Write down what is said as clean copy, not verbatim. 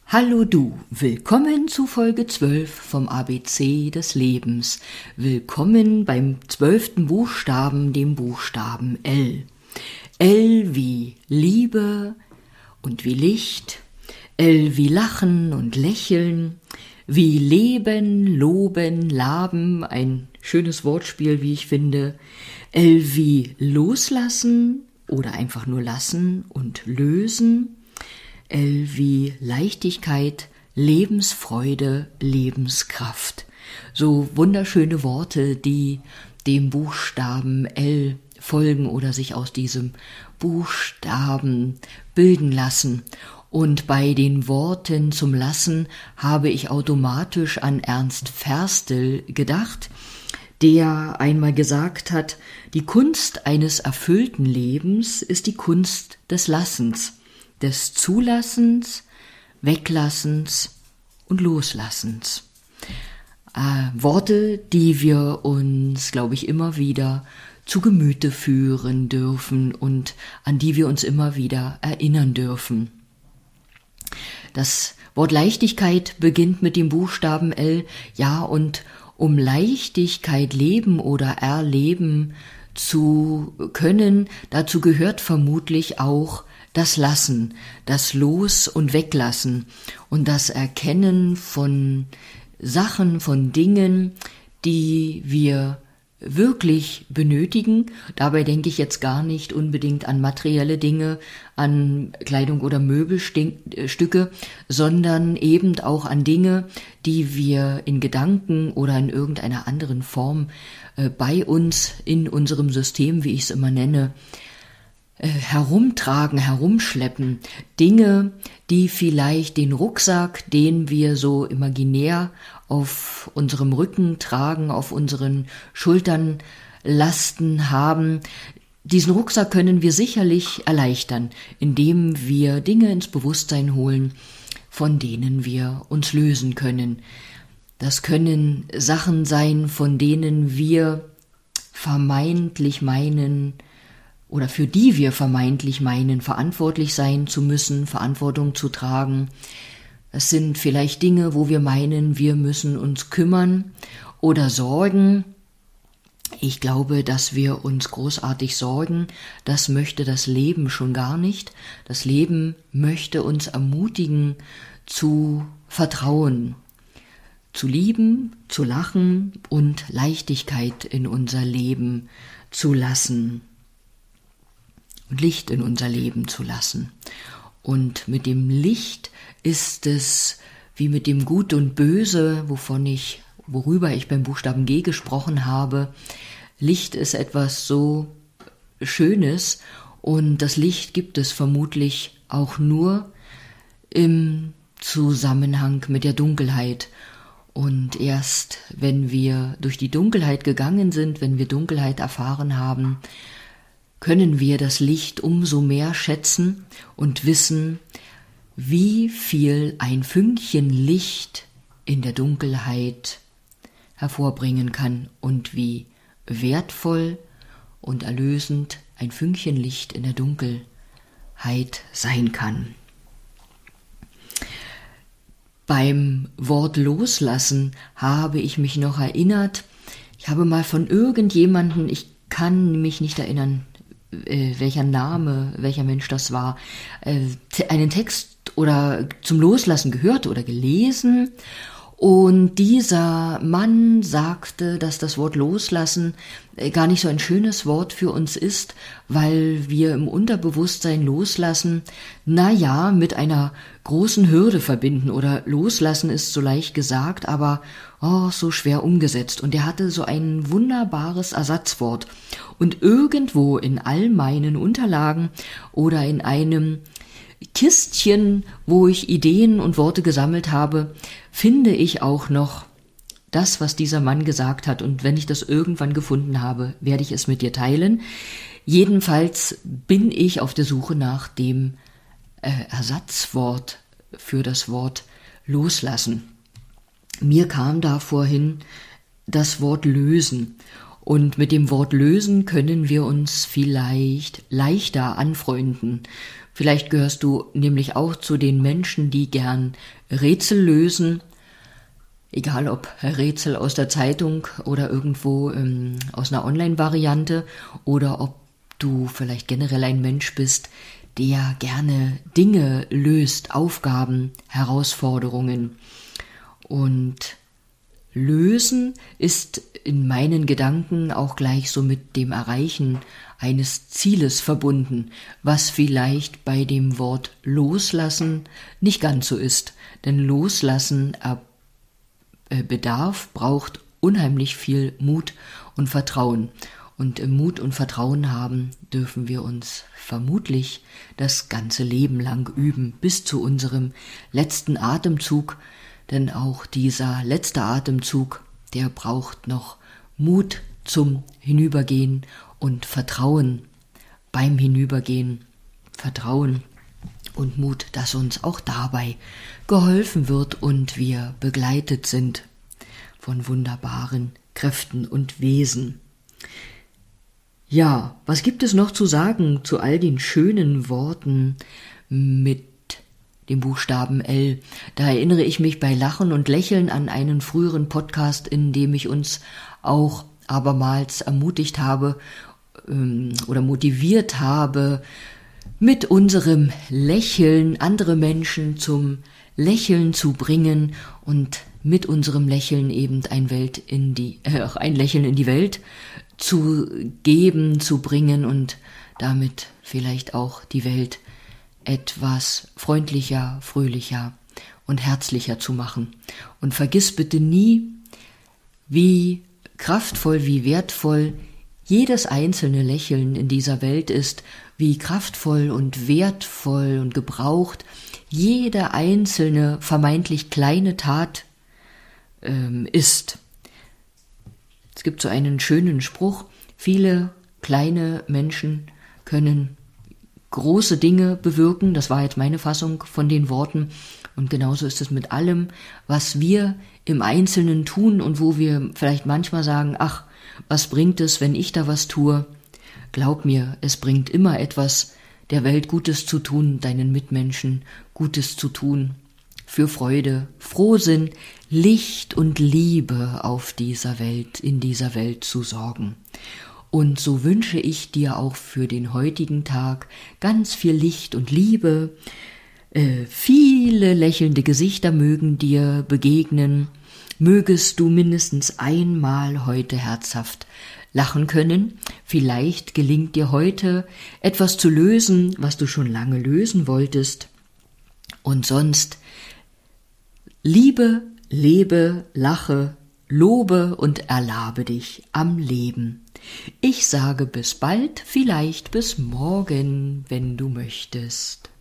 Hallo du, willkommen zu Folge 12 vom ABC des Lebens. Willkommen beim 12. Buchstaben, dem Buchstaben L. L wie Liebe und wie Licht, L wie Lachen und Lächeln, wie Leben, Loben, Laben, ein schönes Wortspiel, wie ich finde, L wie Loslassen oder einfach nur lassen und lösen, L wie Leichtigkeit, Lebensfreude, Lebenskraft. So wunderschöne Worte, die dem Buchstaben L folgen oder sich aus diesem Buchstaben bilden lassen. Und bei den Worten zum Lassen habe ich automatisch an Ernst Ferstel gedacht, der einmal gesagt hat, die Kunst eines erfüllten Lebens ist die Kunst des Lassens, des Zulassens, Weglassens und Loslassens. Worte, die wir uns, glaube ich, immer wieder zu Gemüte führen dürfen und an die wir uns immer wieder erinnern dürfen. Das Wort Leichtigkeit beginnt mit dem Buchstaben L, ja, und um Leichtigkeit leben oder erleben zu können, dazu gehört vermutlich auch das Lassen, das Los- und Weglassen und das Erkennen von Sachen, von Dingen, die wir wirklich benötigen. Dabei denke ich jetzt gar nicht unbedingt an materielle Dinge, an Kleidung oder Möbelstücke, sondern eben auch an Dinge, die wir in Gedanken oder in irgendeiner anderen Form bei uns in unserem System, wie ich es immer nenne, herumtragen, herumschleppen, Dinge, die vielleicht den Rucksack, den wir so imaginär auf unserem Rücken tragen, auf unseren Schultern Lasten haben. Diesen Rucksack können wir sicherlich erleichtern, indem wir Dinge ins Bewusstsein holen, von denen wir uns lösen können. Das können Sachen sein, von denen wir vermeintlich meinen, oder für die wir vermeintlich meinen, verantwortlich sein zu müssen, Verantwortung zu tragen. Es sind vielleicht Dinge, wo wir meinen, wir müssen uns kümmern oder sorgen. Ich glaube, dass wir uns großartig sorgen, das möchte das Leben schon gar nicht. Das Leben möchte uns ermutigen, zu vertrauen, zu lieben, zu lachen und Leichtigkeit in unser Leben zu lassen. Und Licht in unser Leben zu lassen. Und mit dem Licht ist es wie mit dem Gut und Böse, worüber ich beim Buchstaben G gesprochen habe. Licht ist etwas so Schönes und das Licht gibt es vermutlich auch nur im Zusammenhang mit der Dunkelheit. Und erst wenn wir durch die Dunkelheit gegangen sind, wenn wir Dunkelheit erfahren haben, können wir das Licht umso mehr schätzen und wissen, wie viel ein Fünkchen Licht in der Dunkelheit hervorbringen kann und wie wertvoll und erlösend ein Fünkchen Licht in der Dunkelheit sein kann. Beim Wort Loslassen habe ich mich noch erinnert, ich habe mal von irgendjemandem, ich kann mich nicht erinnern, welcher Mensch das war, einen Text oder zum Loslassen gehört oder gelesen. Und dieser Mann sagte, dass das Wort Loslassen gar nicht so ein schönes Wort für uns ist, weil wir im Unterbewusstsein Loslassen, mit einer großen Hürde verbinden oder Loslassen ist so leicht gesagt, aber so schwer umgesetzt. Und er hatte so ein wunderbares Ersatzwort. Und irgendwo in all meinen Unterlagen oder in einem Kistchen, wo ich Ideen und Worte gesammelt habe, finde ich auch noch das, was dieser Mann gesagt hat. Und wenn ich das irgendwann gefunden habe, werde ich es mit dir teilen. Jedenfalls bin ich auf der Suche nach dem Ersatzwort für das Wort loslassen. Mir kam da vorhin das Wort lösen. Und mit dem Wort lösen können wir uns vielleicht leichter anfreunden. Vielleicht gehörst du nämlich auch zu den Menschen, die gern Rätsel lösen. Egal ob Rätsel aus der Zeitung oder irgendwo aus einer Online-Variante oder ob du vielleicht generell ein Mensch bist, der gerne Dinge löst, Aufgaben, Herausforderungen. Und lösen ist in meinen Gedanken auch gleich so mit dem Erreichen eines Zieles verbunden, was vielleicht bei dem Wort loslassen nicht ganz so ist. Denn loslassen braucht unheimlich viel Mut und Vertrauen. Und im Mut und Vertrauen haben dürfen wir uns vermutlich das ganze Leben lang üben, bis zu unserem letzten Atemzug. Denn auch dieser letzte Atemzug, der braucht noch Mut zum Hinübergehen und Vertrauen beim Hinübergehen. Vertrauen und Mut, dass uns auch dabei geholfen wird und wir begleitet sind von wunderbaren Kräften und Wesen. Ja, was gibt es noch zu sagen zu all den schönen Worten mit dem Buchstaben L? Da erinnere ich mich bei Lachen und Lächeln an einen früheren Podcast, in dem ich uns auch abermals ermutigt habe oder motiviert habe, mit unserem Lächeln andere Menschen zum Lächeln zu bringen und mit unserem Lächeln eben ein Lächeln in die Welt zu geben, zu bringen und damit vielleicht auch die Welt etwas freundlicher, fröhlicher und herzlicher zu machen. Und vergiss bitte nie, wie kraftvoll, wie wertvoll jedes einzelne Lächeln in dieser Welt ist, wie kraftvoll und wertvoll und gebraucht jede einzelne vermeintlich kleine Tat ist. Es gibt so einen schönen Spruch: Viele kleine Menschen können große Dinge bewirken. Das war jetzt meine Fassung von den Worten. Und genauso ist es mit allem, was wir im Einzelnen tun und wo wir vielleicht manchmal sagen, ach, was bringt es, wenn ich da was tue? Glaub mir, es bringt immer etwas, der Welt Gutes zu tun, deinen Mitmenschen Gutes zu tun, für Freude, Frohsinn, Licht und Liebe auf dieser Welt, in dieser Welt zu sorgen. Und so wünsche ich dir auch für den heutigen Tag ganz viel Licht und Liebe. Viele lächelnde Gesichter mögen dir begegnen. Mögest du mindestens einmal heute herzhaft lachen können. Vielleicht gelingt dir heute etwas zu lösen, was du schon lange lösen wolltest. Und sonst liebe, lebe, lache, lobe und erlabe dich am Leben. Ich sage bis bald, vielleicht bis morgen, wenn du möchtest.